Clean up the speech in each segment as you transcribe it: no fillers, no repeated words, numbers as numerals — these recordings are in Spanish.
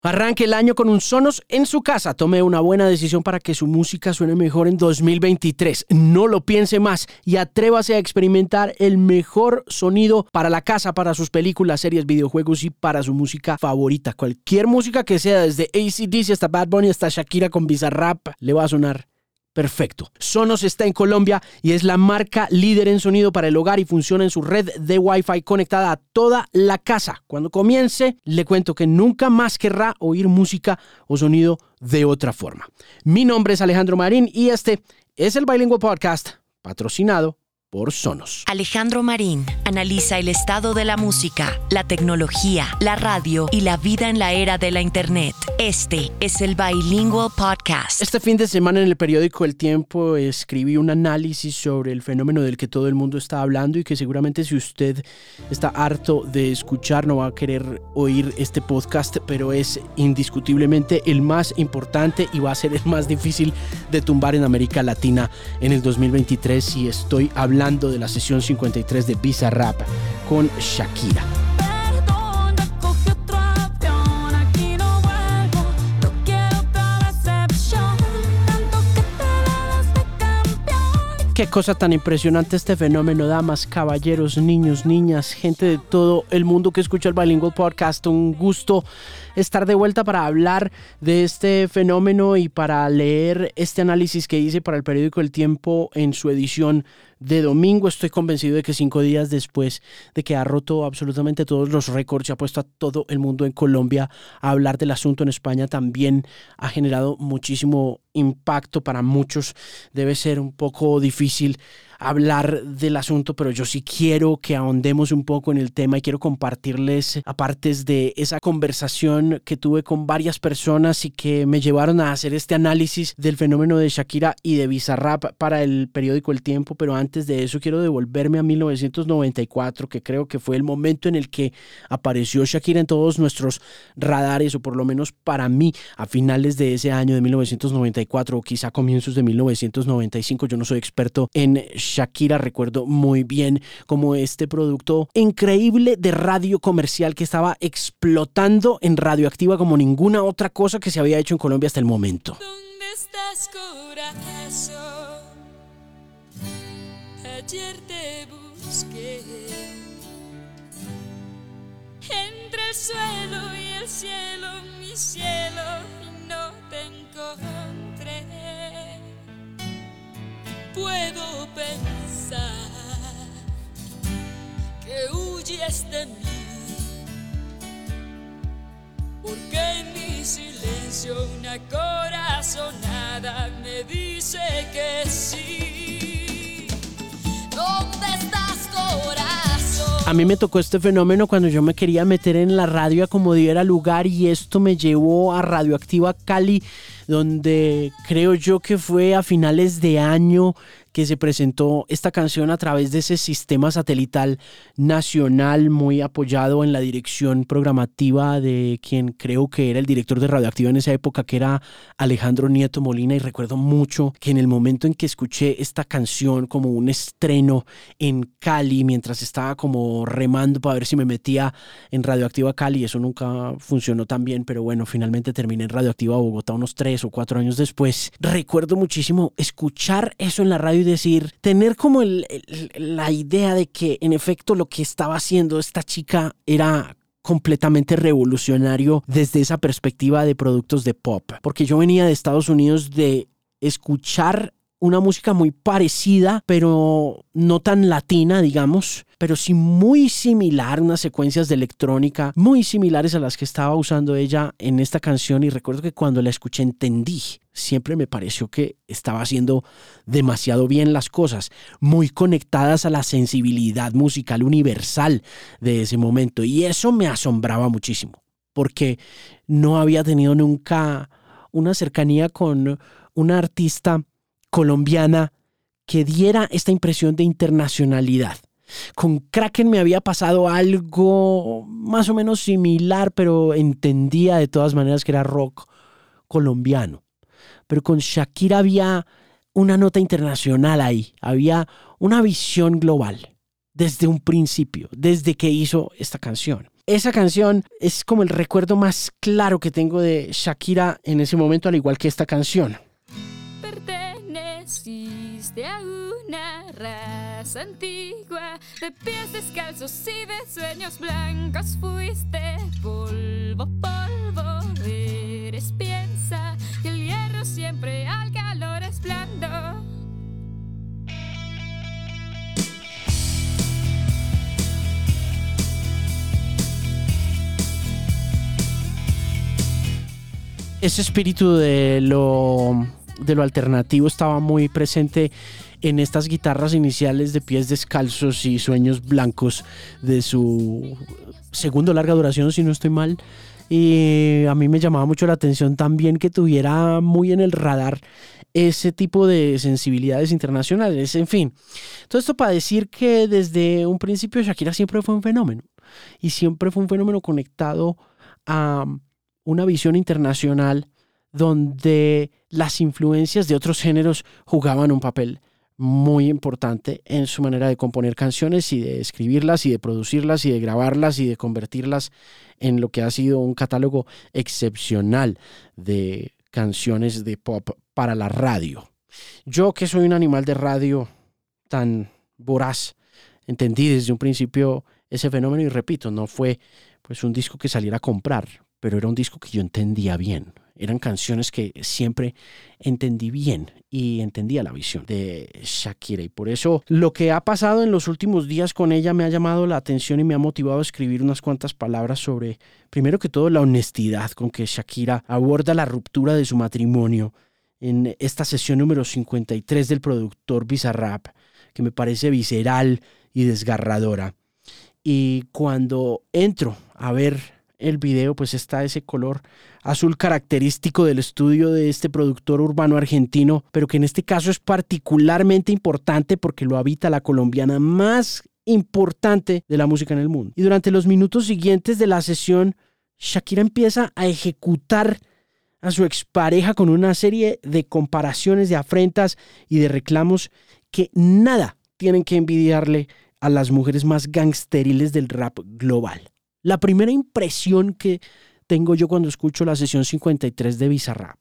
Arranque el año con un Sonos en su casa. Tome una buena decisión para que su música suene mejor en 2023. No lo piense más y atrévase a experimentar el mejor sonido para la casa, para sus películas, series, videojuegos y para su música favorita. Cualquier música que sea, desde AC/DC hasta Bad Bunny hasta Shakira con Bizarrap, le va a sonar perfecto. Sonos está en Colombia y es la marca líder en sonido para el hogar y funciona en su red de Wi-Fi conectada a toda la casa. Cuando comience, le cuento que nunca más querrá oír música o sonido de otra forma. Mi nombre es Alejandro Marín y este es el Bilingual Podcast, patrocinado por Sonos. Alejandro Marín analiza el estado de la música, la tecnología, la radio y la vida en la era de la Internet. Este es el Bilingual Podcast. Este fin de semana en el periódico El Tiempo escribí un análisis sobre el fenómeno del que todo el mundo está hablando y que seguramente si usted está harto de escuchar no va a querer oír este podcast, pero es indiscutiblemente el más importante y va a ser el más difícil de tumbar en América Latina en el 2023 y estoy hablando de la sesión 53 de Bizarrap con Shakira. Qué cosa tan impresionante este fenómeno, damas, caballeros, niños, niñas, gente de todo el mundo que escucha el Bilingual Podcast. Un gusto estar de vuelta para hablar de este fenómeno y para leer este análisis que hice para el periódico El Tiempo en su edición de domingo. Estoy convencido de que 5 días después de que ha roto absolutamente todos los récords y ha puesto a todo el mundo en Colombia a hablar del asunto en España, también ha generado muchísimo impacto para muchos. Debe ser un poco difícil hablar del asunto, pero yo sí quiero que ahondemos un poco en el tema y quiero compartirles apartes de esa conversación que tuve con varias personas y que me llevaron a hacer este análisis del fenómeno de Shakira y de Bizarrap para el periódico El Tiempo. Pero antes de eso quiero devolverme a 1994, que creo que fue el momento en el que apareció Shakira en todos nuestros radares, o por lo menos para mí a finales de ese año de 1994 o quizá comienzos de 1995. Yo no soy experto en Shakira, recuerdo muy bien como este producto increíble de radio comercial que estaba explotando en Radioactiva como ninguna otra cosa que se había hecho en Colombia hasta el momento. ¿Dónde estás, corazón? Ayer te busqué entre el suelo y el cielo, mi cielo, y no te encontré. Puedo pensar que huyes de mí, porque en mi silencio una corazonada me dice que sí. ¿Dónde estás, corazón? A mí me tocó este fenómeno cuando yo me quería meter en la radio a como diera lugar, y esto me llevó a Radioactiva Cali, donde creo yo que fue a finales de año que se presentó esta canción a través de ese sistema satelital nacional muy apoyado en la dirección programativa de quien creo que era el director de Radioactiva en esa época, que era Alejandro Nieto Molina. Y recuerdo mucho que en el momento en que escuché esta canción como un estreno en Cali, mientras estaba como remando para ver si me metía en Radioactiva Cali, eso nunca funcionó tan bien, pero bueno, finalmente terminé en Radioactiva Bogotá unos 3 o 4 años después. Recuerdo muchísimo escuchar eso en la radio y decir, tener como la idea de que en efecto lo que estaba haciendo esta chica era completamente revolucionario desde esa perspectiva de productos de pop, porque yo venía de Estados Unidos de escuchar una música muy parecida, pero no tan latina, digamos, pero sí muy similar, unas secuencias de electrónica muy similares a las que estaba usando ella en esta canción. Y recuerdo que cuando la escuché entendí, siempre me pareció que estaba haciendo demasiado bien las cosas, muy conectadas a la sensibilidad musical universal de ese momento. Y eso me asombraba muchísimo, porque no había tenido nunca una cercanía con una artista colombiana que diera esta impresión de internacionalidad. Con Kraken me había pasado algo más o menos similar, pero entendía de todas maneras que era rock colombiano. Pero con Shakira había una nota internacional ahí, había una visión global desde un principio, desde que hizo esta canción. Esa canción es como el recuerdo más claro que tengo de Shakira en ese momento, al igual que esta canción. Perteneciste a una raza antigua, de pies descalzos y de sueños blancos. Fuiste polvo, polvo, eres piensa que el hierro siempre al calor es blando. Ese espíritu de lo alternativo estaba muy presente en estas guitarras iniciales de Pies Descalzos y Sueños Blancos de su segundo larga duración, si no estoy mal. Y a mí me llamaba mucho la atención también que tuviera muy en el radar ese tipo de sensibilidades internacionales. En fin, todo esto para decir que desde un principio Shakira siempre fue un fenómeno. Y siempre fue un fenómeno conectado a una visión internacional donde las influencias de otros géneros jugaban un papel muy importante en su manera de componer canciones y de escribirlas y de producirlas y de grabarlas y de convertirlas en lo que ha sido un catálogo excepcional de canciones de pop para la radio. Yo, que soy un animal de radio tan voraz, entendí desde un principio ese fenómeno y repito, no fue pues un disco que saliera a comprar, pero era un disco que yo entendía bien. Eran canciones que siempre entendí bien y entendía la visión de Shakira. Y por eso lo que ha pasado en los últimos días con ella me ha llamado la atención y me ha motivado a escribir unas cuantas palabras sobre, primero que todo, la honestidad con que Shakira aborda la ruptura de su matrimonio en esta sesión número 53 del productor Bizarrap, que me parece visceral y desgarradora. Y cuando entro a ver el video, pues está ese color azul característico del estudio de este productor urbano argentino, pero que en este caso es particularmente importante porque lo habita la colombiana más importante de la música en el mundo. Y durante los minutos siguientes de la sesión, Shakira empieza a ejecutar a su expareja con una serie de comparaciones, de afrentas y de reclamos que nada tienen que envidiarle a las mujeres más gangsteriles del rap global. La primera impresión que tengo yo cuando escucho la sesión 53 de Bizarrap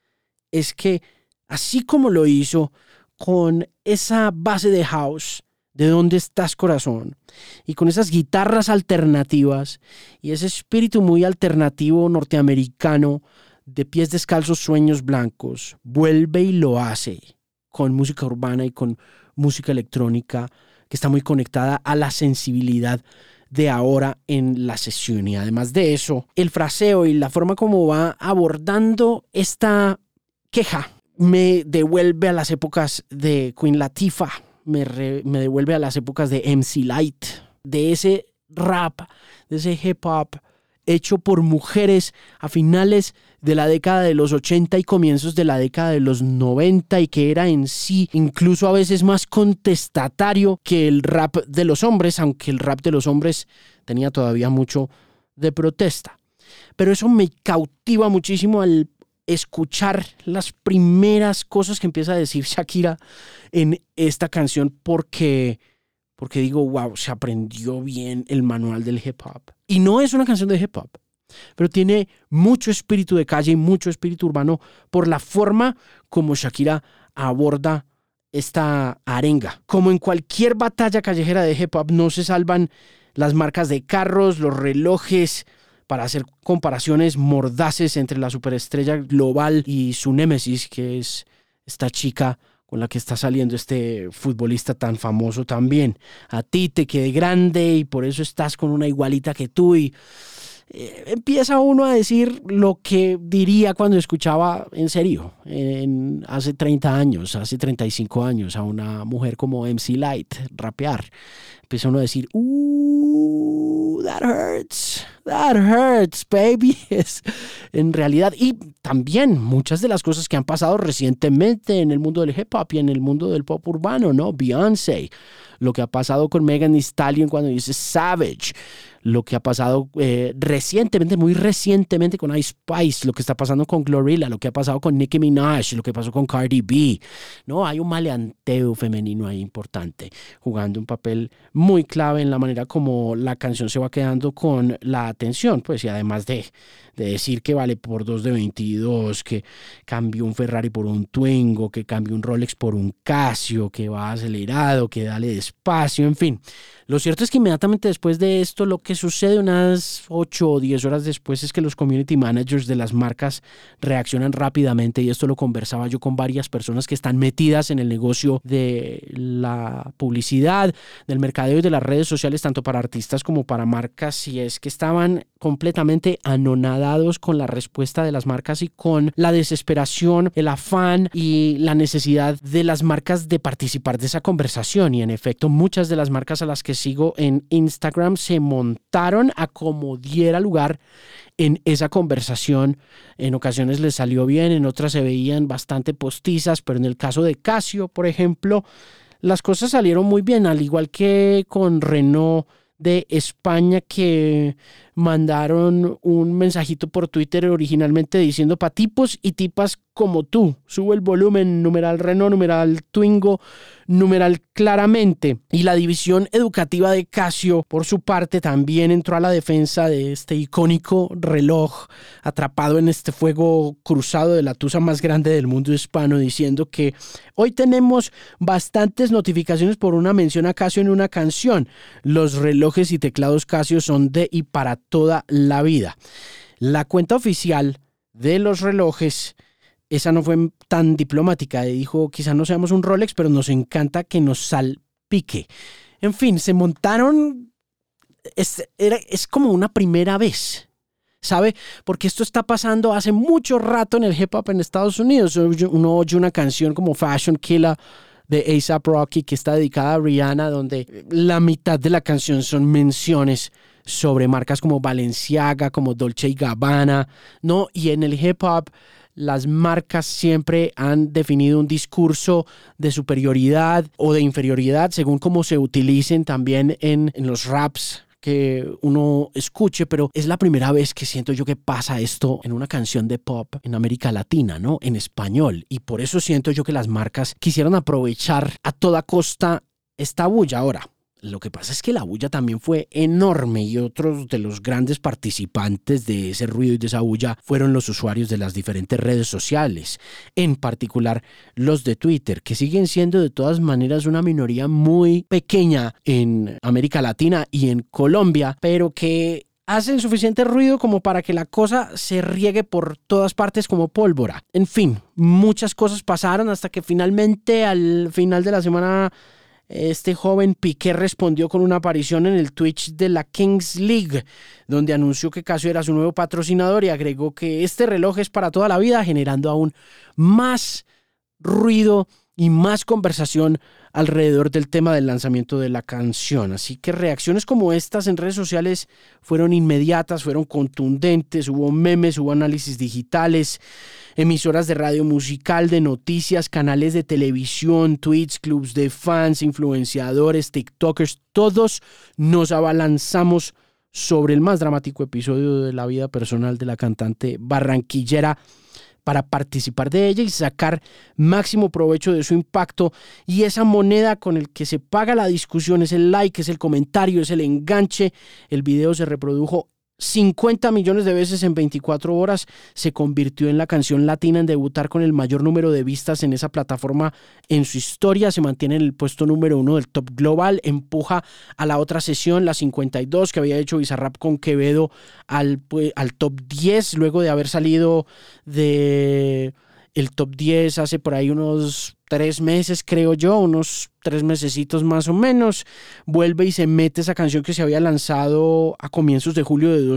es que, así como lo hizo con esa base de house, de ¿Dónde estás, corazón? Y con esas guitarras alternativas y ese espíritu muy alternativo norteamericano de Pies Descalzos, Sueños Blancos, vuelve y lo hace con música urbana y con música electrónica que está muy conectada a la sensibilidad de ahora en la sesión. Y además de eso, el fraseo y la forma como va abordando esta queja me devuelve a las épocas de Queen Latifah, me devuelve a las épocas de MC Lyte, de ese rap, de ese hip hop hecho por mujeres a finales de la década de los 80 y comienzos de la década de los 90 y que era en sí incluso a veces más contestatario que el rap de los hombres, aunque el rap de los hombres tenía todavía mucho de protesta. Pero eso me cautiva muchísimo al escuchar las primeras cosas que empieza a decir Shakira en esta canción porque digo, wow, se aprendió bien el manual del hip hop. Y no es una canción de hip hop, pero tiene mucho espíritu de calle y mucho espíritu urbano por la forma como Shakira aborda esta arenga. Como en cualquier batalla callejera de hip hop, no se salvan las marcas de carros, los relojes, para hacer comparaciones mordaces entre la superestrella global y su némesis, que es esta chica con la que está saliendo este futbolista tan famoso también. A ti te quedé grande y por eso estás con una igualita que tú. Y empieza uno a decir lo que diría cuando escuchaba en serio, hace 30 años, hace 35 años, a una mujer como MC Lyte rapear. Empieza uno a decir, that hurts, baby. En realidad, y también muchas de las cosas que han pasado recientemente en el mundo del hip hop y en el mundo del pop urbano, ¿no? Beyoncé, lo que ha pasado con Megan Thee Stallion cuando dice Savage, lo que ha pasado recientemente, muy recientemente con Ice Spice, lo que está pasando con Glorilla, lo que ha pasado con Nicki Minaj, lo que pasó con Cardi B. No, hay un maleanteo femenino ahí importante, jugando un papel muy clave en la manera como la canción se va quedando con la atención, pues, y además de decir que vale por 2 de 22, que cambió un Ferrari por un Twingo, que cambió un Rolex por un Casio, que va acelerado, que dale despacio, en fin. Lo cierto es que inmediatamente después de esto, lo que sucede unas 8 o 10 horas después es que los community managers de las marcas reaccionan rápidamente, y esto lo conversaba yo con varias personas que están metidas en el negocio de la publicidad, del mercadeo y de las redes sociales, tanto para artistas como para marcas, y es que estaban completamente anonadados con la respuesta de las marcas y con la desesperación, el afán y la necesidad de las marcas de participar de esa conversación. Y en efecto, muchas de las marcas a las que sigo en Instagram se montaron a como diera lugar en esa conversación. En ocasiones les salió bien, en otras se veían bastante postizas, pero en el caso de Casio, por ejemplo, las cosas salieron muy bien, al igual que con Renault de España, que mandaron un mensajito por Twitter originalmente diciendo: pa' tipos y tipas como tú, sube el volumen, numeral Renault, numeral Twingo, numeral claramente. Y la división educativa de Casio, por su parte, también entró a la defensa de este icónico reloj atrapado en este fuego cruzado de la tusa más grande del mundo hispano, diciendo que hoy tenemos bastantes notificaciones por una mención a Casio en una canción. Los relojes y teclados Casio son de y para toda la vida. La cuenta oficial de los relojes, esa no fue tan diplomática, dijo: quizá no seamos un Rolex, pero nos encanta que nos salpique. En fin, se montaron, es como una primera vez, ¿sabe? Porque esto está pasando hace mucho rato en el hip hop en Estados Unidos. Uno oye una canción como Fashion Killer de A$AP Rocky, que está dedicada a Rihanna, donde la mitad de la canción son menciones sobre marcas como Balenciaga, como Dolce & Gabbana, ¿no? Y en el hip hop, las marcas siempre han definido un discurso de superioridad o de inferioridad, según cómo se utilicen también en los raps que uno escuche, pero es la primera vez que siento yo que pasa esto en una canción de pop en América Latina, ¿no? En español. Y por eso siento yo que las marcas quisieron aprovechar a toda costa esta bulla. Ahora, lo que pasa es que la bulla también fue enorme, y otros de los grandes participantes de ese ruido y de esa bulla fueron los usuarios de las diferentes redes sociales, en particular los de Twitter, que siguen siendo de todas maneras una minoría muy pequeña en América Latina y en Colombia, pero que hacen suficiente ruido como para que la cosa se riegue por todas partes como pólvora. En fin, muchas cosas pasaron hasta que finalmente, al final de la semana, este joven Piqué respondió con una aparición en el Twitch de la Kings League, donde anunció que Casio era su nuevo patrocinador y agregó que este reloj es para toda la vida, generando aún más ruido y más conversación alrededor del tema del lanzamiento de la canción. Así que reacciones como estas en redes sociales fueron inmediatas, fueron contundentes, hubo memes, hubo análisis digitales, emisoras de radio musical, de noticias, canales de televisión, tweets, clubs de fans, influenciadores, tiktokers, todos nos abalanzamos sobre el más dramático episodio de la vida personal de la cantante barranquillera para participar de ella y sacar máximo provecho de su impacto. Y esa moneda con el que se paga la discusión es el like, es el comentario, es el enganche. El video se reprodujo 50 millones de veces en 24 horas, se convirtió en la canción latina en debutar con el mayor número de vistas en esa plataforma en su historia, se mantiene en el puesto número 1 del top global, empuja a la otra sesión, la 52, que había hecho Bizarrap con Quevedo, al top 10, luego de haber salido de el top 10 hace por ahí unos 3 meses, creo yo, unos 3 mesecitos más o menos. Vuelve y se mete esa canción que se había lanzado a comienzos de julio de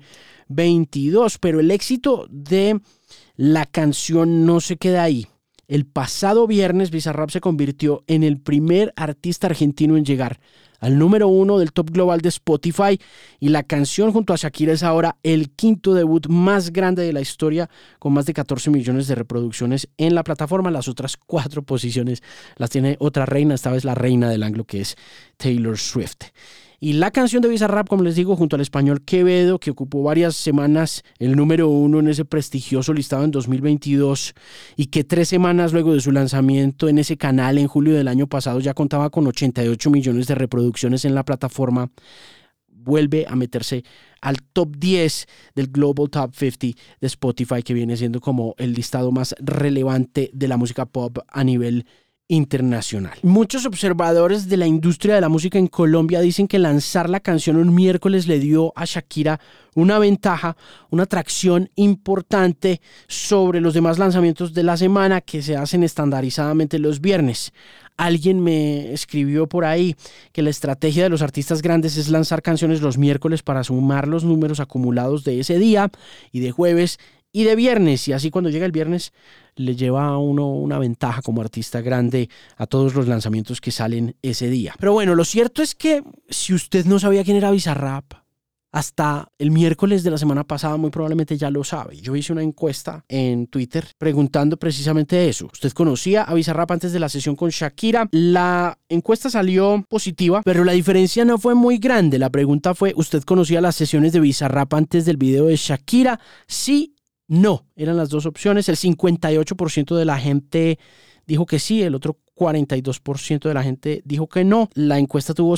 2022, pero el éxito de la canción no se queda ahí. El pasado viernes Bizarrap se convirtió en el primer artista argentino en llegar al número 1 del top global de Spotify, y la canción junto a Shakira es ahora el quinto debut más grande de la historia, con más de 14 millones de reproducciones en la plataforma. Las otras 4 posiciones las tiene otra reina, esta vez la reina del anglo, que es Taylor Swift. Y la canción de Bizarrap, como les digo, junto al español Quevedo, que ocupó varias semanas el número 1 en ese prestigioso listado en 2022 y que 3 semanas luego de su lanzamiento en ese canal en julio del año pasado ya contaba con 88 millones de reproducciones en la plataforma, vuelve a meterse al top 10 del Global Top 50 de Spotify, que viene siendo como el listado más relevante de la música pop a nivel internacional. Muchos observadores de la industria de la música en Colombia dicen que lanzar la canción un miércoles le dio a Shakira una ventaja, una atracción importante sobre los demás lanzamientos de la semana que se hacen estandarizadamente los viernes. Alguien me escribió por ahí que la estrategia de los artistas grandes es lanzar canciones los miércoles para sumar los números acumulados de ese día y de jueves y de viernes, y así cuando llega el viernes le lleva a uno una ventaja como artista grande a todos los lanzamientos que salen ese día. Pero bueno, lo cierto es que si usted no sabía quién era Bizarrap, hasta el miércoles de la semana pasada muy probablemente ya lo sabe. Yo hice una encuesta en Twitter preguntando precisamente eso. ¿Usted conocía a Bizarrap antes de la sesión con Shakira? La encuesta salió positiva, pero la diferencia no fue muy grande. La pregunta fue, ¿usted conocía las sesiones de Bizarrap antes del video de Shakira? Sí, no. Eran las dos opciones. El 58% de la gente dijo que sí, el otro 42% de la gente dijo que no. La encuesta tuvo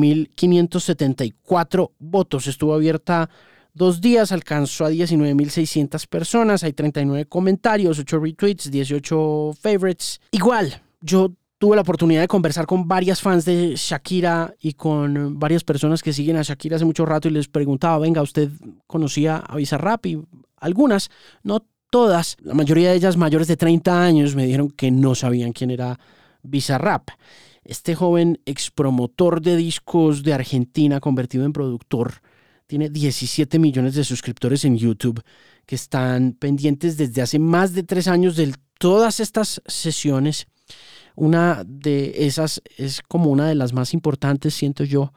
5.574 votos. Estuvo abierta 2 días, alcanzó a 19.600 personas. Hay 39 comentarios, 8 retweets, 18 favorites. Igual, yo tuve la oportunidad de conversar con varias fans de Shakira y con varias personas que siguen a Shakira hace mucho rato y les preguntaba, venga, ¿usted conocía a Bizarrap? Y algunas, no todas, la mayoría de ellas mayores de 30 años, me dijeron que no sabían quién era Bizarrap. Este joven expromotor de discos de Argentina, convertido en productor, tiene 17 millones de suscriptores en YouTube que están pendientes desde hace más de 3 años de todas estas sesiones. Una de esas es como una de las más importantes, siento yo,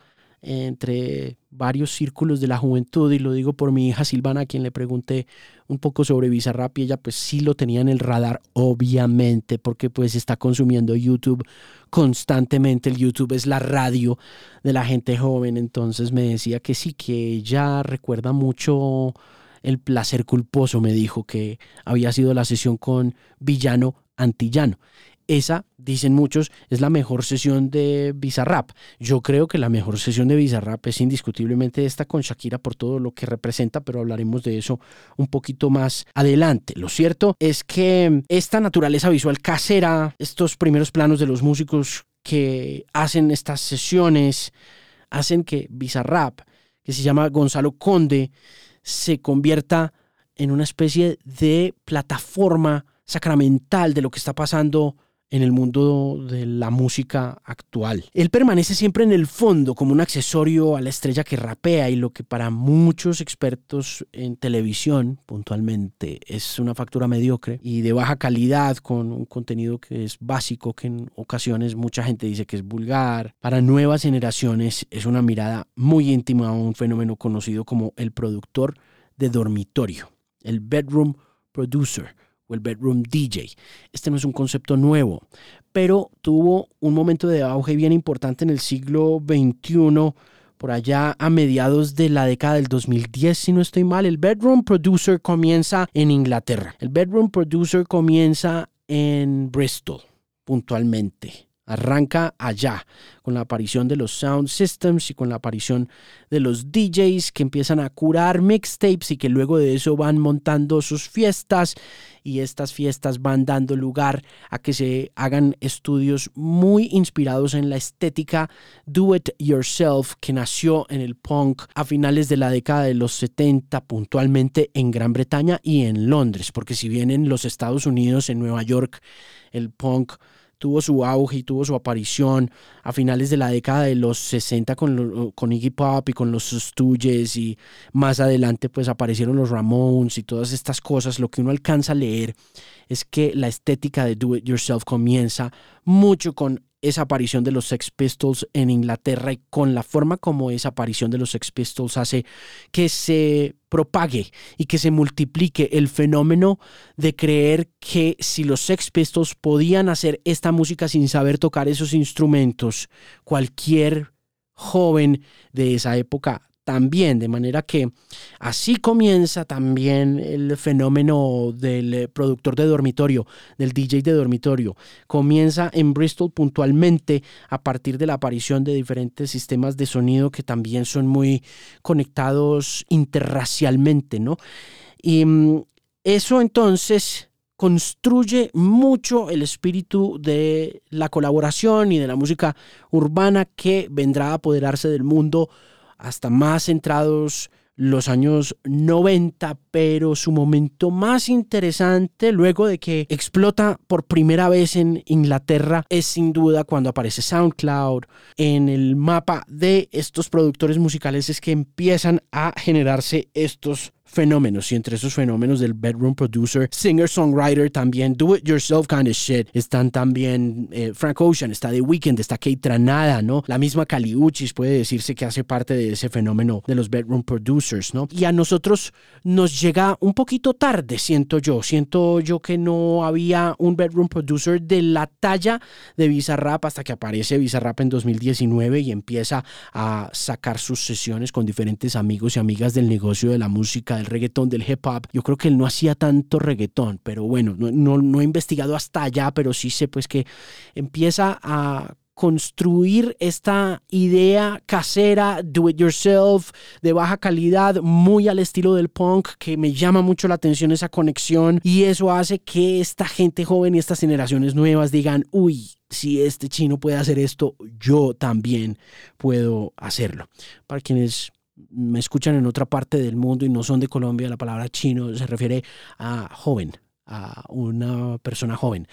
entre varios círculos de la juventud, y lo digo por mi hija Silvana, a quien le pregunté un poco sobre Bizarrap, y ella pues sí lo tenía en el radar, obviamente, porque pues está consumiendo YouTube constantemente. El YouTube es la radio de la gente joven, entonces me decía que sí, que ella recuerda mucho el placer culposo, me dijo que había sido la sesión con Villano Antillano. Esa, dicen muchos, es la mejor sesión de Bizarrap. Yo creo que la mejor sesión de Bizarrap es indiscutiblemente esta con Shakira por todo lo que representa, pero hablaremos de eso un poquito más adelante. Lo cierto es que esta naturaleza visual casera, estos primeros planos de los músicos que hacen estas sesiones, hacen que Bizarrap, que se llama Gonzalo Conde, se convierta en una especie de plataforma sacramental de lo que está pasando en el mundo de la música actual. Él permanece siempre en el fondo como un accesorio a la estrella que rapea, y lo que para muchos expertos en televisión puntualmente es una factura mediocre y de baja calidad, con un contenido que es básico, que en ocasiones mucha gente dice que es vulgar, para nuevas generaciones es una mirada muy íntima a un fenómeno conocido como el productor de dormitorio, el bedroom producer o el bedroom DJ. Este no es un concepto nuevo, pero tuvo un momento de auge bien importante en el siglo XXI, por allá a mediados de la década del 2010, si no estoy mal. El bedroom producer comienza en Inglaterra. El bedroom producer comienza en Bristol, puntualmente. Arranca allá, con la aparición de los sound systems y con la aparición de los DJs que empiezan a curar mixtapes y que luego de eso van montando sus fiestas, y estas fiestas van dando lugar a que se hagan estudios muy inspirados en la estética do it yourself que nació en el punk a finales de la década de los 70, puntualmente en Gran Bretaña y en Londres, porque si bien en los Estados Unidos, en Nueva York, el punk tuvo su auge y tuvo su aparición a finales de la década de los 60 con Iggy Pop y con los Stooges, y más adelante pues aparecieron los Ramones y todas estas cosas. Lo que uno alcanza a leer es que la estética de Do It Yourself comienza mucho con esa aparición de los Sex Pistols en Inglaterra, y con la forma como esa aparición de los Sex Pistols hace que se propague y que se multiplique el fenómeno de creer que si los Sex Pistols podían hacer esta música sin saber tocar esos instrumentos, cualquier joven de esa época también, de manera que así comienza también el fenómeno del productor de dormitorio, del DJ de dormitorio. Comienza en Bristol puntualmente a partir de la aparición de diferentes sistemas de sonido que también son muy conectados interracialmente, ¿no? Y eso entonces construye mucho el espíritu de la colaboración y de la música urbana que vendrá a apoderarse del mundo hasta más entrados los años 90, pero su momento más interesante luego de que explota por primera vez en Inglaterra es sin duda cuando aparece SoundCloud en el mapa de estos productores musicales. Es que empiezan a generarse estos fenómenos, y entre esos fenómenos del bedroom producer, singer-songwriter, también do-it-yourself kind of shit, están también Frank Ocean, está The Weeknd, está Kate Tranada, ¿no? La misma Kali Uchis puede decirse que hace parte de ese fenómeno de los bedroom producers, ¿no? Y a nosotros nos llega un poquito tarde, siento yo que no había un bedroom producer de la talla de Bizarrap hasta que aparece Bizarrap en 2019 y empieza a sacar sus sesiones con diferentes amigos y amigas del negocio de la música, del reggaetón, del hip hop. Yo creo que él no hacía tanto reggaetón, pero bueno, no he investigado hasta allá, pero sí sé pues que empieza a construir esta idea casera, do it yourself, de baja calidad, muy al estilo del punk, que me llama mucho la atención esa conexión, y eso hace que esta gente joven y estas generaciones nuevas digan, uy, si este chino puede hacer esto, yo también puedo hacerlo. Para quienes me escuchan en otra parte del mundo y no son de Colombia, la palabra chino se refiere a joven, a una persona joven.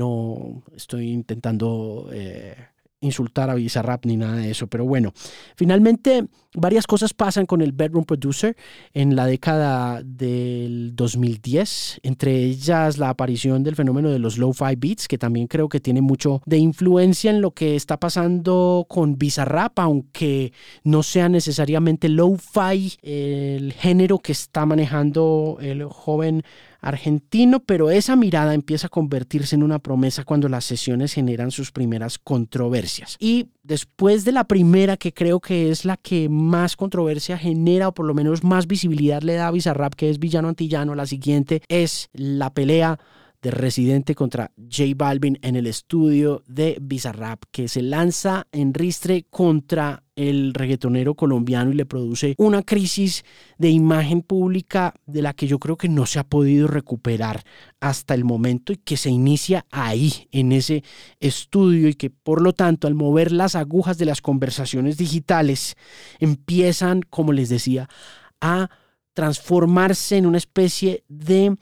No estoy intentando insultar a Bizarrap ni nada de eso, pero bueno, finalmente varias cosas pasan con el bedroom producer en la década del 2010, entre ellas la aparición del fenómeno de los lo-fi beats, que también creo que tiene mucho de influencia en lo que está pasando con Bizarrap, aunque no sea necesariamente lo-fi el género que está manejando el joven argentino, pero esa mirada empieza a convertirse en una promesa cuando las sesiones generan sus primeras controversias. Y después de la primera, que creo que es la que más controversia genera, o por lo menos más visibilidad le da a Bizarrap, que es Villano Antillano, la siguiente es la pelea de Residente contra J Balvin en el estudio de Bizarrap, que se lanza en ristre contra el reggaetonero colombiano y le produce una crisis de imagen pública de la que yo creo que no se ha podido recuperar hasta el momento, y que se inicia ahí, en ese estudio, y que por lo tanto al mover las agujas de las conversaciones digitales empiezan, como les decía, a transformarse en una especie de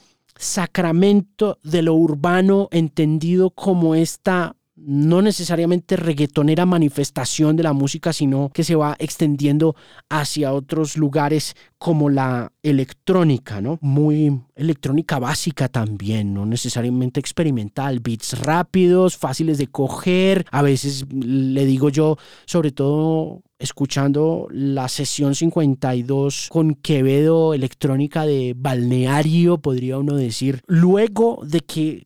sacramento de lo urbano, entendido como esta no necesariamente reggaetonera manifestación de la música, sino que se va extendiendo hacia otros lugares como la electrónica, ¿no? Muy electrónica básica también, no necesariamente experimental, beats rápidos, fáciles de coger. A veces le digo yo, sobre todo escuchando la sesión 52 con Quevedo, electrónica de balneario, podría uno decir. Luego de que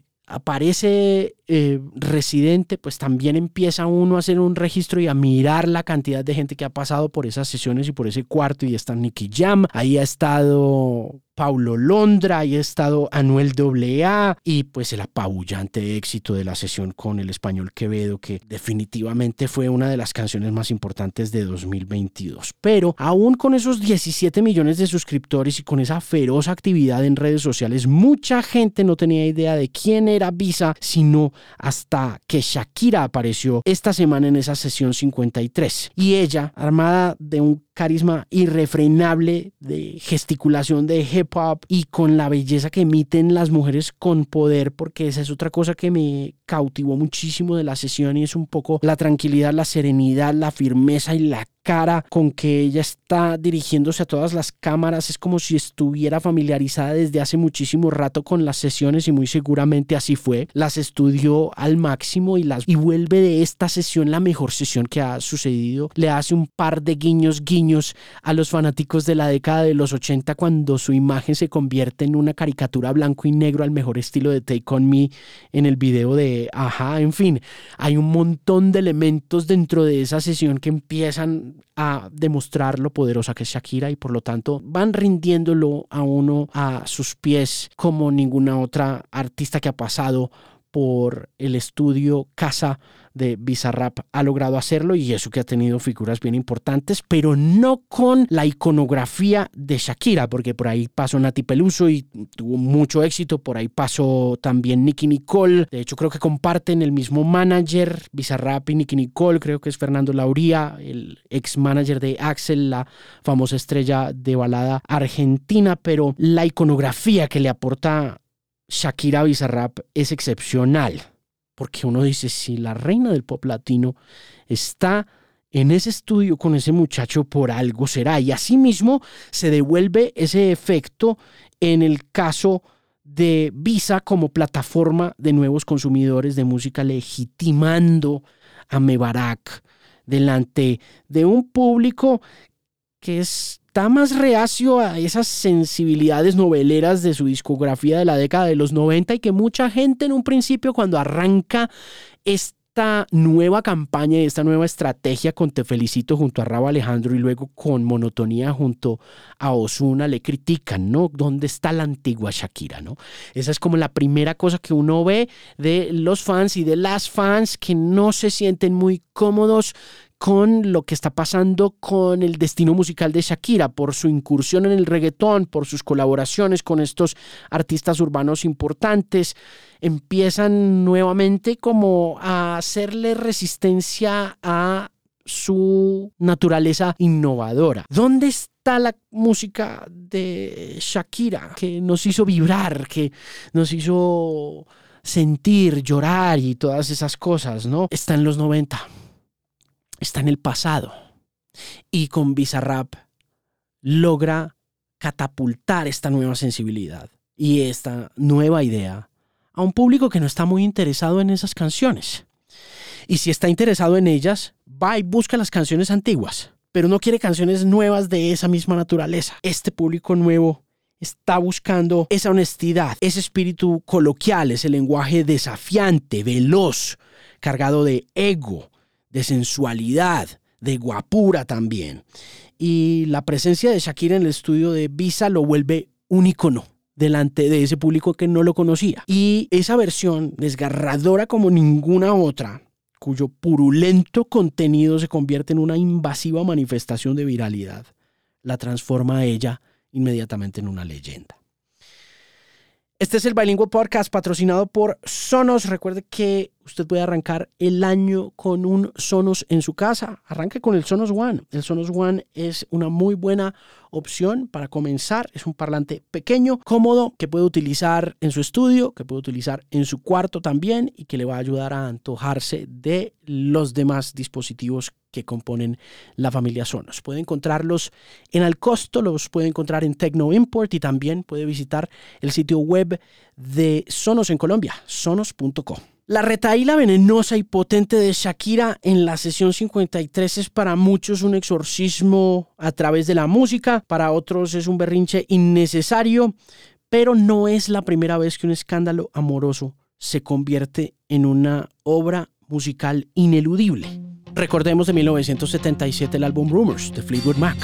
aparece Residente, pues también empieza uno a hacer un registro y a mirar la cantidad de gente que ha pasado por esas sesiones y por ese cuarto. Y está Nicky Jam, ahí ha estado Paulo Londra, ahí ha estado Anuel AA, y pues el apabullante éxito de la sesión con el español Quevedo, que definitivamente fue una de las canciones más importantes de 2022. Pero aún con esos 17 millones de suscriptores y con esa feroz actividad en redes sociales, mucha gente no tenía idea de quién era Visa, sino hasta que Shakira apareció esta semana en esa sesión 53. Y ella, armada de un carisma irrefrenable, de gesticulación de hip hop y con la belleza que emiten las mujeres con poder, porque esa es otra cosa que me cautivó muchísimo de la sesión, y es un poco la tranquilidad, la serenidad, la firmeza y la cara con que ella está dirigiéndose a todas las cámaras. Es como si estuviera familiarizada desde hace muchísimo rato con las sesiones, y muy seguramente así fue. Las estudió al máximo y vuelve de esta sesión la mejor sesión que ha sucedido. Le hace un par de guiños guiños a los fanáticos de la década de los 80 cuando su imagen se convierte en una caricatura blanco y negro al mejor estilo de Take On Me en el video de Ajá. En fin, hay un montón de elementos dentro de esa sesión que empiezan a demostrar lo poderosa que es Shakira y por lo tanto van rindiéndolo a uno a sus pies como ninguna otra artista que ha pasado por el estudio Casa de Bizarrap ha logrado hacerlo, y eso que ha tenido figuras bien importantes, pero no con la iconografía de Shakira, porque por ahí pasó Nati Peluso y tuvo mucho éxito, por ahí pasó también Nicki Nicole, de hecho creo que comparten el mismo manager, Bizarrap y Nicki Nicole, creo que es Fernando Lauría, el ex manager de Axel, la famosa estrella de balada argentina, pero la iconografía que le aporta Shakira a Bizarrap es excepcional, porque uno dice, si la reina del pop latino está en ese estudio con ese muchacho, por algo será, y asimismo se devuelve ese efecto en el caso de Visa como plataforma de nuevos consumidores de música, legitimando a Mebarak delante de un público que está más reacio a esas sensibilidades noveleras de su discografía de la década de los 90 y que mucha gente en un principio, cuando arranca esta nueva campaña y esta nueva estrategia con Te Felicito junto a Rauw Alejandro y luego con Monotonía junto a Ozuna, le critican, ¿no? ¿Dónde está la antigua Shakira, no? Esa es como la primera cosa que uno ve de los fans y de las fans que no se sienten muy cómodos con lo que está pasando con el destino musical de Shakira, por su incursión en el reggaetón, por sus colaboraciones con estos artistas urbanos importantes. Empiezan nuevamente como a hacerle resistencia a su naturaleza innovadora. ¿Dónde está la música de Shakira que nos hizo vibrar, que nos hizo sentir, llorar y todas esas cosas, ¿no? Está en los 90. Está en el pasado, y con Bizarrap logra catapultar esta nueva sensibilidad y esta nueva idea a un público que no está muy interesado en esas canciones. Y si está interesado en ellas, va y busca las canciones antiguas, pero no quiere canciones nuevas de esa misma naturaleza. Este público nuevo está buscando esa honestidad, ese espíritu coloquial, ese lenguaje desafiante, veloz, cargado de ego, de sensualidad, de guapura también. Y la presencia de Shakira en el estudio de Visa lo vuelve un ícono delante de ese público que no lo conocía. Y esa versión desgarradora como ninguna otra, cuyo purulento contenido se convierte en una invasiva manifestación de viralidad, la transforma a ella inmediatamente en una leyenda. Este es el Bilingual Podcast patrocinado por Sonos. Recuerde que usted puede arrancar el año con un Sonos en su casa. Arranque con el Sonos One. El Sonos One es una muy buena opción para comenzar. Es un parlante pequeño, cómodo, que puede utilizar en su estudio, que puede utilizar en su cuarto también y que le va a ayudar a antojarse de los demás dispositivos que componen la familia Sonos. Puede encontrarlos en Al Costo, los puede encontrar en Tecno Import y también puede visitar el sitio web de Sonos en Colombia, sonos.co. La retahíla venenosa y potente de Shakira en la sesión 53 es para muchos un exorcismo a través de la música, para otros es un berrinche innecesario, pero no es la primera vez que un escándalo amoroso se convierte en una obra musical ineludible. Recordemos de 1977 el álbum Rumors de Fleetwood Mac.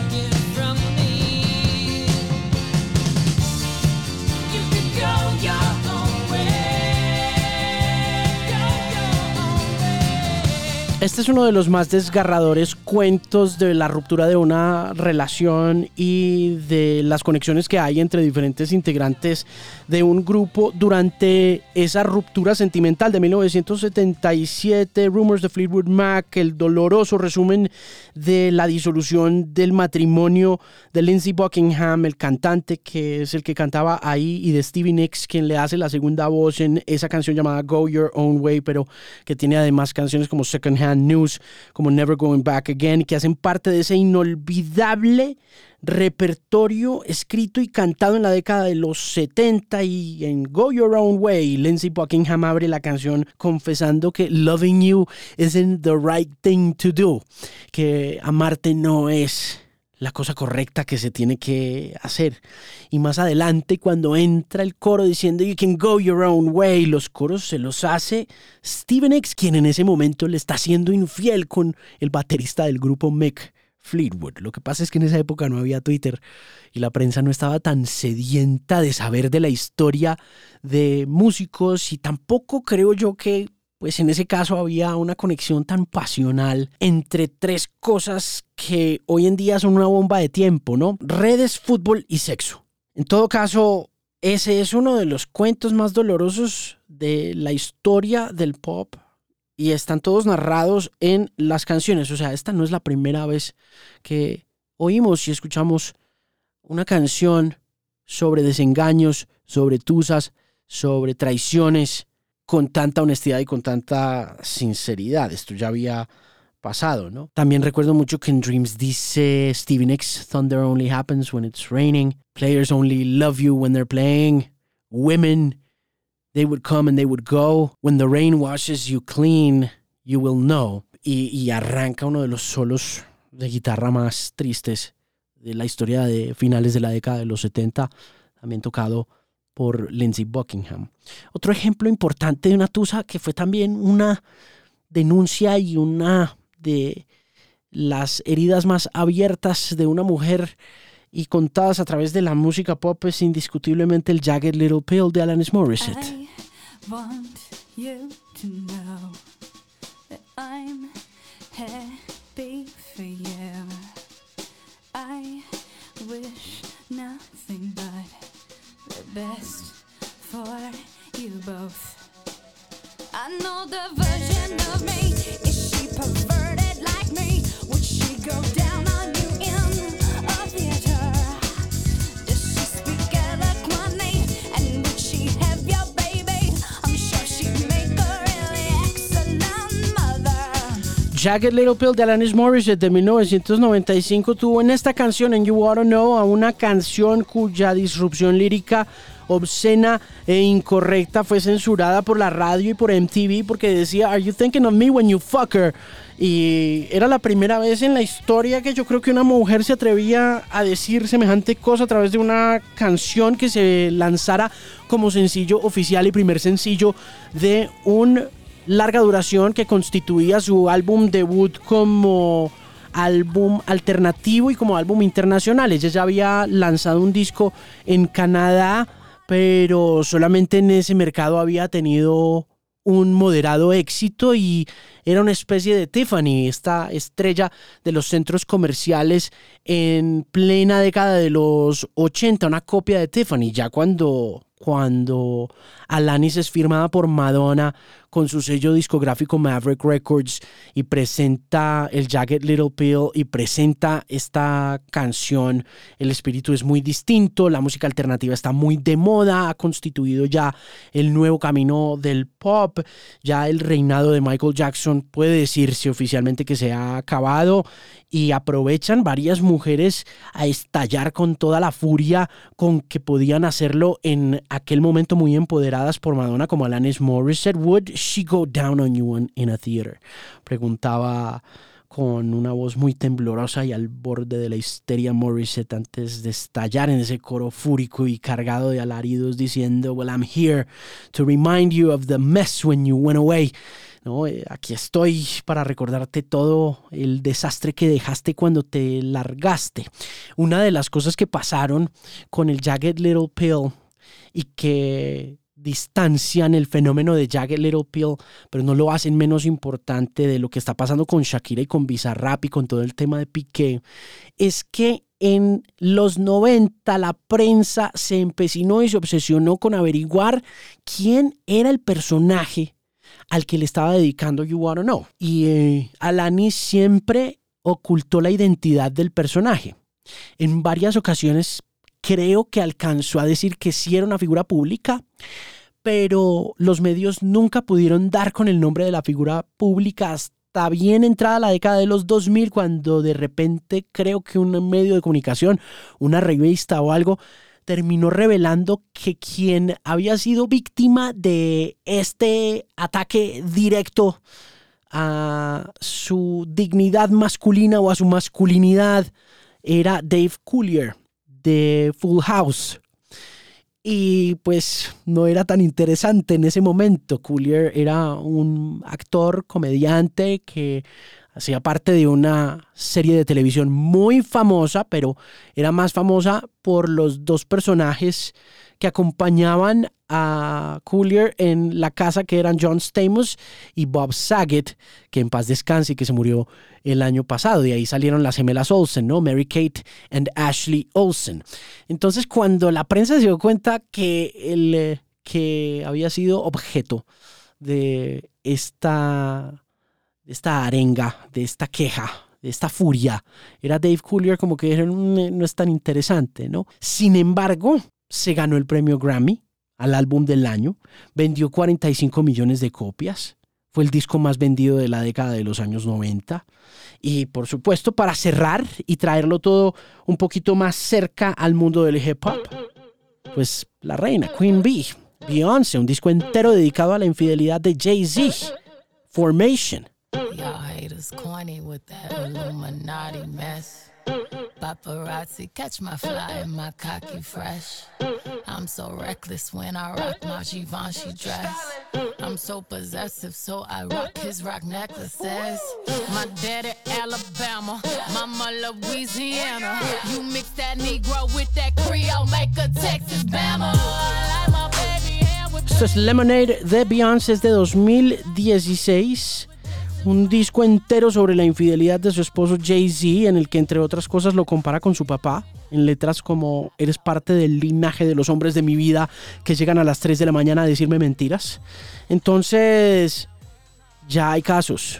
Go, yo. Este es uno de los más desgarradores cuentos de la ruptura de una relación y de las conexiones que hay entre diferentes integrantes de un grupo durante esa ruptura sentimental de 1977. Rumors de Fleetwood Mac, el doloroso resumen de la disolución del matrimonio de Lindsey Buckingham, el cantante que es el que cantaba ahí, y de Stevie Nicks, quien le hace la segunda voz en esa canción llamada Go Your Own Way, pero que tiene además canciones como Second Hand News, como Never Going Back Again, que hacen parte de ese inolvidable repertorio escrito y cantado en la década de los 70. Y en Go Your Own Way, Lindsey Buckingham abre la canción confesando que loving you isn't the right thing to do, que amarte no es la cosa correcta que se tiene que hacer. Y más adelante, cuando entra el coro diciendo You can go your own way, los coros se los hace Stevie Nicks, quien en ese momento le está siendo infiel con el baterista del grupo Mick Fleetwood. Lo que pasa es que en esa época no había Twitter y la prensa no estaba tan sedienta de saber de la historia de músicos, y tampoco creo yo que pues en ese caso había una conexión tan pasional entre tres cosas que hoy en día son una bomba de tiempo, ¿no? Redes, fútbol y sexo. En todo caso, ese es uno de los cuentos más dolorosos de la historia del pop y están todos narrados en las canciones. O sea, esta no es la primera vez que oímos y escuchamos una canción sobre desengaños, sobre tusas, sobre traiciones, con tanta honestidad y con tanta sinceridad. Esto ya había pasado, ¿no? También recuerdo mucho que en Dreams dice Stevie Nicks, Thunder only happens when it's raining. Players only love you when they're playing. Women, they would come and they would go. When the rain washes you clean, you will know. Y arranca uno de los solos de guitarra más tristes de la historia de finales de la década de los 70, también tocado por Lindsey Buckingham. Otro ejemplo importante de una tusa que fue también una denuncia y una de las heridas más abiertas de una mujer y contadas a través de la música pop es indiscutiblemente el Jagged Little Pill de Alanis Morissette. I want you to know that I'm happy for you. I wish nothing but the best for you both. I know the version of me. Is she perverted like me? Would she go down on you in a theater? Does she speak eloquently? And would she have your baby? I'm sure she'd make a really excellent mother. Jagged Little Pill de Alanis Morissette de 1995 tuvo en esta canción, en You Oughta Know, a una canción cuya disrupción lírica obscena e incorrecta fue censurada por la radio y por MTV porque decía Are you thinking of me when you fuck her? Y era la primera vez en la historia que yo creo que una mujer se atrevía a decir semejante cosa a través de una canción que se lanzara como sencillo oficial y primer sencillo de un larga duración que constituía su álbum debut como álbum alternativo y como álbum internacional. Ella ya había lanzado un disco en Canadá, pero solamente en ese mercado había tenido un moderado éxito y era una especie de Tiffany, esta estrella de los centros comerciales en plena década de los 80, una copia de Tiffany. Ya cuando Alanis es firmada por Madonna con su sello discográfico Maverick Records y presenta el Jagged Little Pill y presenta esta canción, el espíritu es muy distinto, la música alternativa está muy de moda, ha constituido ya el nuevo camino del pop, ya el reinado de Michael Jackson puede decirse oficialmente que se ha acabado y aprovechan varias mujeres a estallar con toda la furia con que podían hacerlo en aquel momento, muy empoderadas por Madonna, como Alanis Morissette. Would she go down on you in a theater? Preguntaba con una voz muy temblorosa y al borde de la histeria Morissette antes de estallar en ese coro fúrico y cargado de alaridos diciendo Well, I'm here to remind you of the mess when you went away. No, aquí estoy para recordarte todo el desastre que dejaste cuando te largaste. Una de las cosas que pasaron con el Jagged Little Pill y que distancian el fenómeno de Jagged Little Pill, pero no lo hacen menos importante de lo que está pasando con Shakira y con Bizarrap y con todo el tema de Piqué, es que en los 90 la prensa se empecinó y se obsesionó con averiguar quién era el personaje al que le estaba dedicando You Wanna Know. Y Alanis siempre ocultó la identidad del personaje. En varias ocasiones creo que alcanzó a decir que sí era una figura pública, pero los medios nunca pudieron dar con el nombre de la figura pública hasta bien entrada la década de los 2000, cuando de repente creo que un medio de comunicación, una revista o algo, terminó revelando que quien había sido víctima de este ataque directo a su dignidad masculina o a su masculinidad era Dave Coulier de Full House. Y pues no era tan interesante en ese momento. Coulier era un actor, comediante que hacía parte de una serie de televisión muy famosa, pero era más famosa por los dos personajes que acompañaban a Coulier en la casa, que eran John Stamos y Bob Saget, que en paz descanse y que se murió el año pasado. De ahí salieron las gemelas Olsen, ¿no? Mary Kate and Ashley Olsen. Entonces, cuando la prensa se dio cuenta que que había sido objeto de esta arenga, de esta queja, de esta furia, era Dave Coulier, como que no es tan interesante, ¿no? Sin embargo, se ganó el premio Grammy al álbum del año, vendió 45 millones de copias, fue el disco más vendido de la década de los años 90. Y por supuesto, para cerrar y traerlo todo un poquito más cerca al mundo del hip hop, pues la reina, Queen Bee, Beyoncé, un disco entero dedicado a la infidelidad de Jay-Z, Formation. Y'all haters corny with that Illuminati mess. Paparazzi catch my fly and my cocky fresh. I'm so reckless when I rock my Givenchy dress. I'm so possessive, so I rock his rock necklaces. My daddy Alabama, mama Louisiana. You mix that Negro with that Creole, make a Texas Bama. I like my baby hair with... Esto es Lemonade de Beyoncé, es de 2016. Un disco entero sobre la infidelidad de su esposo Jay-Z, en el que entre otras cosas lo compara con su papá, en letras como: eres parte del linaje de los hombres de mi vida que llegan a las 3 de la mañana a decirme mentiras. Entonces ya hay casos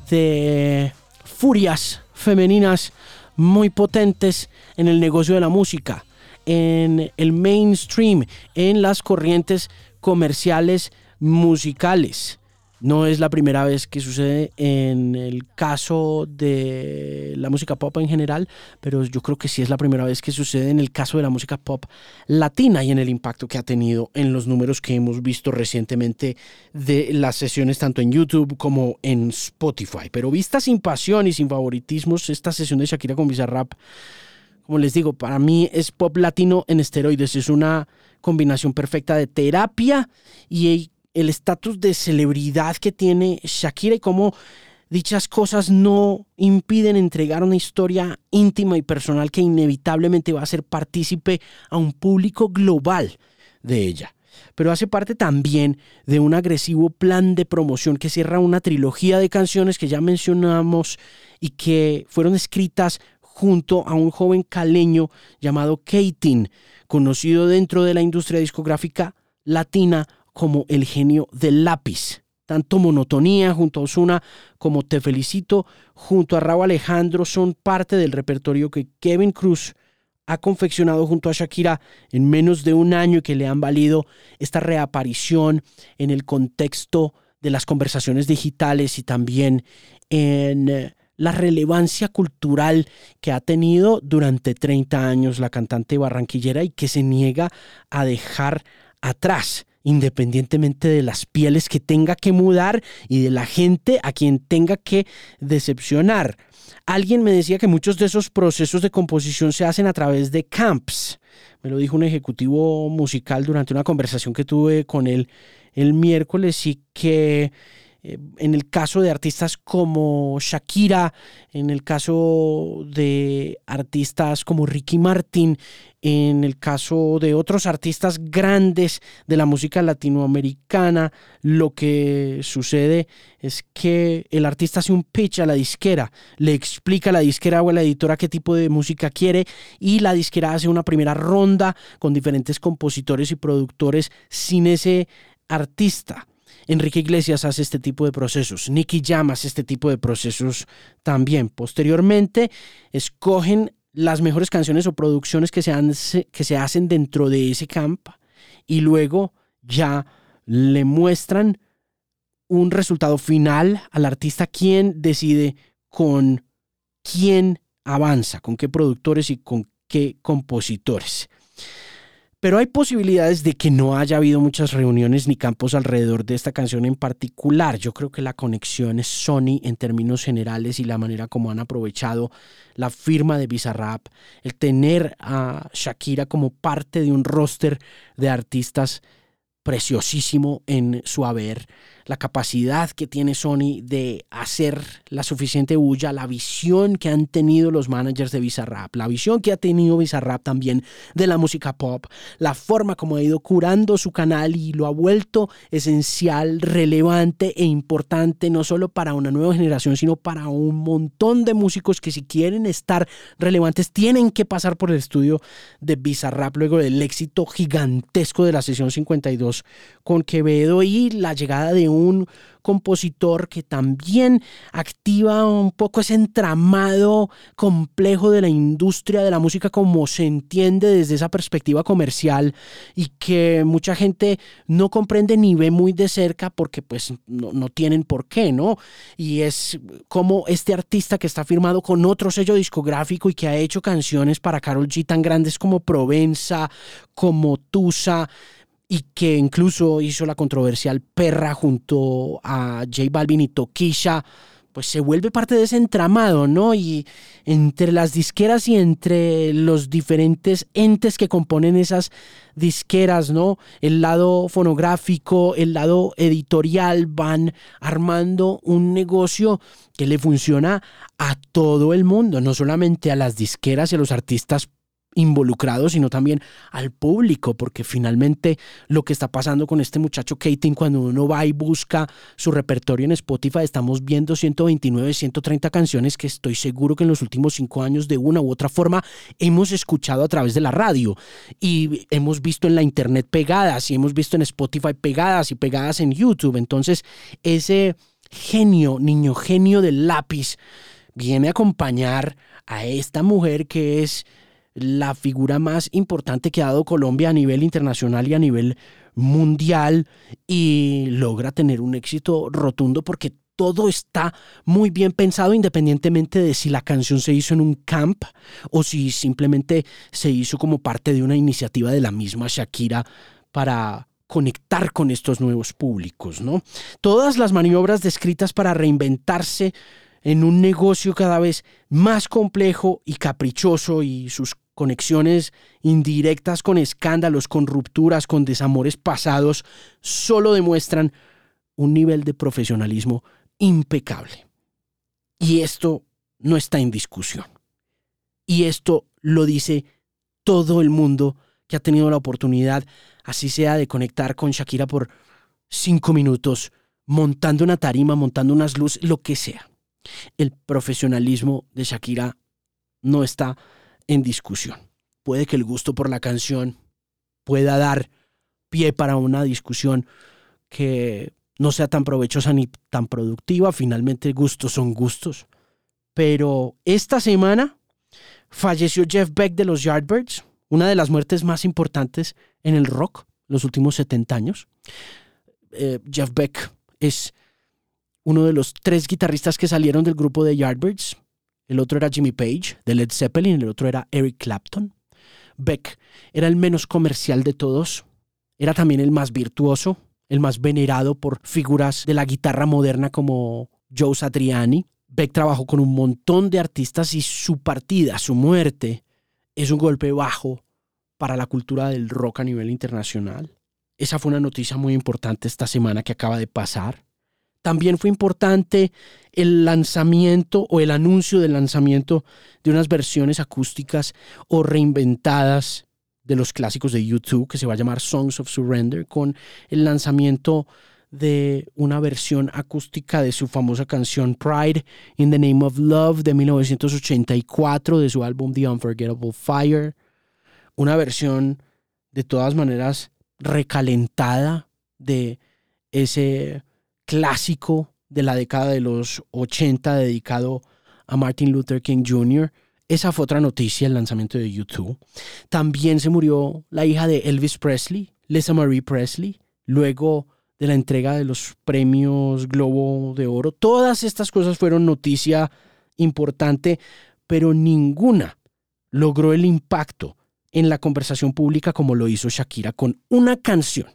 de furias femeninas muy potentes en el negocio de la música, en el mainstream, en las corrientes comerciales musicales. No es la primera vez que sucede en el caso de la música pop en general, pero yo creo que sí es la primera vez que sucede en el caso de la música pop latina y en el impacto que ha tenido en los números que hemos visto recientemente de las sesiones tanto en YouTube como en Spotify. Pero vista sin pasión y sin favoritismos, esta sesión de Shakira con Bizarrap, como les digo, para mí es pop latino en esteroides. Es una combinación perfecta de terapia y el estatus de celebridad que tiene Shakira y cómo dichas cosas no impiden entregar una historia íntima y personal que inevitablemente va a ser partícipe a un público global de ella. Pero hace parte también de un agresivo plan de promoción que cierra una trilogía de canciones que ya mencionamos y que fueron escritas junto a un joven caleño llamado Keitin, conocido dentro de la industria discográfica latina como el genio del lápiz. Tanto Monotonía junto a Ozuna como Te Felicito junto a Rauw Alejandro son parte del repertorio que Kevin Cruz ha confeccionado junto a Shakira en menos de un año y que le han valido esta reaparición en el contexto de las conversaciones digitales y también en la relevancia cultural que ha tenido durante 30 años la cantante barranquillera y que se niega a dejar atrás, independientemente de las pieles que tenga que mudar y de la gente a quien tenga que decepcionar. Alguien me decía que muchos de esos procesos de composición se hacen a través de camps. Me lo dijo un ejecutivo musical durante una conversación que tuve con él el miércoles, y que En el caso de artistas como Shakira, en el caso de artistas como Ricky Martin, en el caso de otros artistas grandes de la música latinoamericana, lo que sucede es que el artista hace un pitch a la disquera, le explica a la disquera o a la editora qué tipo de música quiere y la disquera hace una primera ronda con diferentes compositores y productores sin ese artista. Enrique Iglesias hace este tipo de procesos, Nicky Jam hace este tipo de procesos también. Posteriormente escogen las mejores canciones o producciones que se hacen dentro de ese camp y luego ya le muestran un resultado final al artista, quien decide con quién avanza, con qué productores y con qué compositores. Pero hay posibilidades de que no haya habido muchas reuniones ni campos alrededor de esta canción en particular. Yo creo que la conexión es Sony en términos generales y la manera como han aprovechado la firma de Bizarrap, el tener a Shakira como parte de un roster de artistas preciosísimo en su haber, la capacidad que tiene Sony de hacer la suficiente bulla, la visión que han tenido los managers de Bizarrap, la visión que ha tenido Bizarrap también de la música pop, la forma como ha ido curando su canal y lo ha vuelto esencial, relevante e importante no solo para una nueva generación, sino para un montón de músicos que si quieren estar relevantes tienen que pasar por el estudio de Bizarrap luego del éxito gigantesco de la sesión 52 con Quevedo y la llegada de un compositor que también activa un poco ese entramado complejo de la industria de la música como se entiende desde esa perspectiva comercial y que mucha gente no comprende ni ve muy de cerca porque pues no tienen por qué, ¿no? Y es como este artista que está firmado con otro sello discográfico y que ha hecho canciones para Karol G tan grandes como Provenza, como Tusa, y que incluso hizo la controversial Perra junto a J Balvin y Tokisha, pues se vuelve parte de ese entramado, ¿no? Y entre las disqueras y entre los diferentes entes que componen esas disqueras, ¿no? El lado fonográfico, el lado editorial, van armando un negocio que le funciona a todo el mundo, no solamente a las disqueras y a los artistas involucrados, sino también al público, porque finalmente lo que está pasando con este muchacho Keating, cuando uno va y busca su repertorio en Spotify, estamos viendo 129, 130 canciones que estoy seguro que en los últimos 5 años de una u otra forma hemos escuchado a través de la radio y hemos visto en la internet pegadas y hemos visto en Spotify pegadas y pegadas en YouTube. Entonces ese genio, niño genio del lápiz viene a acompañar a esta mujer que es la figura más importante que ha dado Colombia a nivel internacional y a nivel mundial y logra tener un éxito rotundo porque todo está muy bien pensado independientemente de si la canción se hizo en un camp o si simplemente se hizo como parte de una iniciativa de la misma Shakira para conectar con estos nuevos públicos, ¿no? Todas las maniobras descritas para reinventarse en un negocio cada vez más complejo y caprichoso y sus conexiones indirectas con escándalos, con rupturas, con desamores pasados, solo demuestran un nivel de profesionalismo impecable. Y esto no está en discusión. Y esto lo dice todo el mundo que ha tenido la oportunidad, así sea de conectar con Shakira por 5 minutos, montando una tarima, montando unas luces, lo que sea. El profesionalismo de Shakira no está en discusión. Puede que el gusto por la canción pueda dar pie para una discusión que no sea tan provechosa ni tan productiva. Finalmente, gustos son gustos. Pero esta semana falleció Jeff Beck de los Yardbirds, una de las muertes más importantes en el rock los últimos 70 años. Jeff Beck es uno de los 3 guitarristas que salieron del grupo de Yardbirds. El otro era Jimmy Page, de Led Zeppelin, el otro era Eric Clapton. Beck era el menos comercial de todos, era también el más virtuoso, el más venerado por figuras de la guitarra moderna como Joe Satriani. Beck trabajó con un montón de artistas y su partida, su muerte, es un golpe bajo para la cultura del rock a nivel internacional. Esa fue una noticia muy importante esta semana que acaba de pasar. También fue importante el lanzamiento o el anuncio del lanzamiento de unas versiones acústicas o reinventadas de los clásicos de U2, que se va a llamar Songs of Surrender, con el lanzamiento de una versión acústica de su famosa canción Pride in the Name of Love de 1984 de su álbum The Unforgettable Fire. Una versión de todas maneras recalentada de ese clásico de la década de los 80 dedicado a Martin Luther King Jr. Esa fue otra noticia, el lanzamiento de U2. También se murió la hija de Elvis Presley, Lisa Marie Presley, luego de la entrega de los premios Globo de Oro. Todas estas cosas fueron noticia importante, pero ninguna logró el impacto en la conversación pública como lo hizo Shakira con una canción.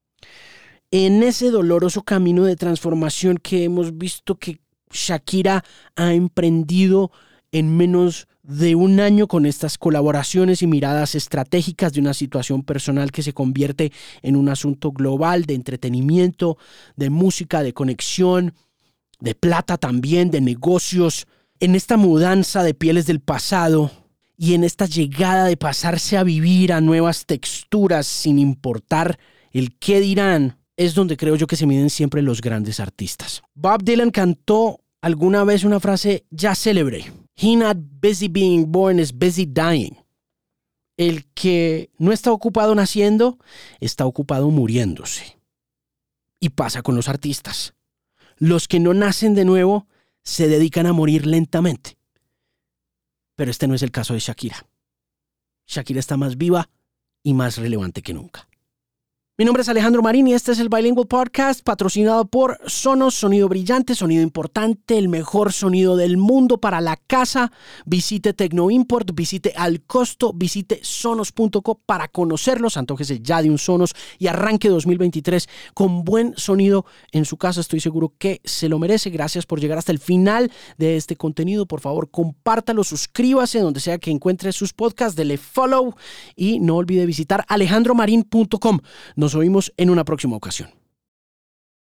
En ese doloroso camino de transformación que hemos visto que Shakira ha emprendido en menos de un año con estas colaboraciones y miradas estratégicas de una situación personal que se convierte en un asunto global de entretenimiento, de música, de conexión, de plata también, de negocios, en esta mudanza de pieles del pasado y en esta llegada de pasarse a vivir a nuevas texturas sin importar el qué dirán, es donde creo yo que se miden siempre los grandes artistas. Bob Dylan cantó alguna vez una frase ya célebre: "He not busy being born is busy dying". El que no está ocupado naciendo, está ocupado muriéndose. Y pasa con los artistas. Los que no nacen de nuevo se dedican a morir lentamente. Pero este no es el caso de Shakira. Shakira está más viva y más relevante que nunca. Mi nombre es Alejandro Marín y este es el Bilingual Podcast, patrocinado por Sonos, sonido brillante, sonido importante, el mejor sonido del mundo para la casa. Visite Tecnoimport, visite Al Costo, visite Sonos.co para conocerlos. Antójese ya de un Sonos y arranque 2023 con buen sonido en su casa. Estoy seguro que se lo merece. Gracias por llegar hasta el final de este contenido. Por favor, compártalo, suscríbase donde sea que encuentre sus podcasts, dele follow y no olvide visitar alejandromarin.com. Nos oímos en una próxima ocasión.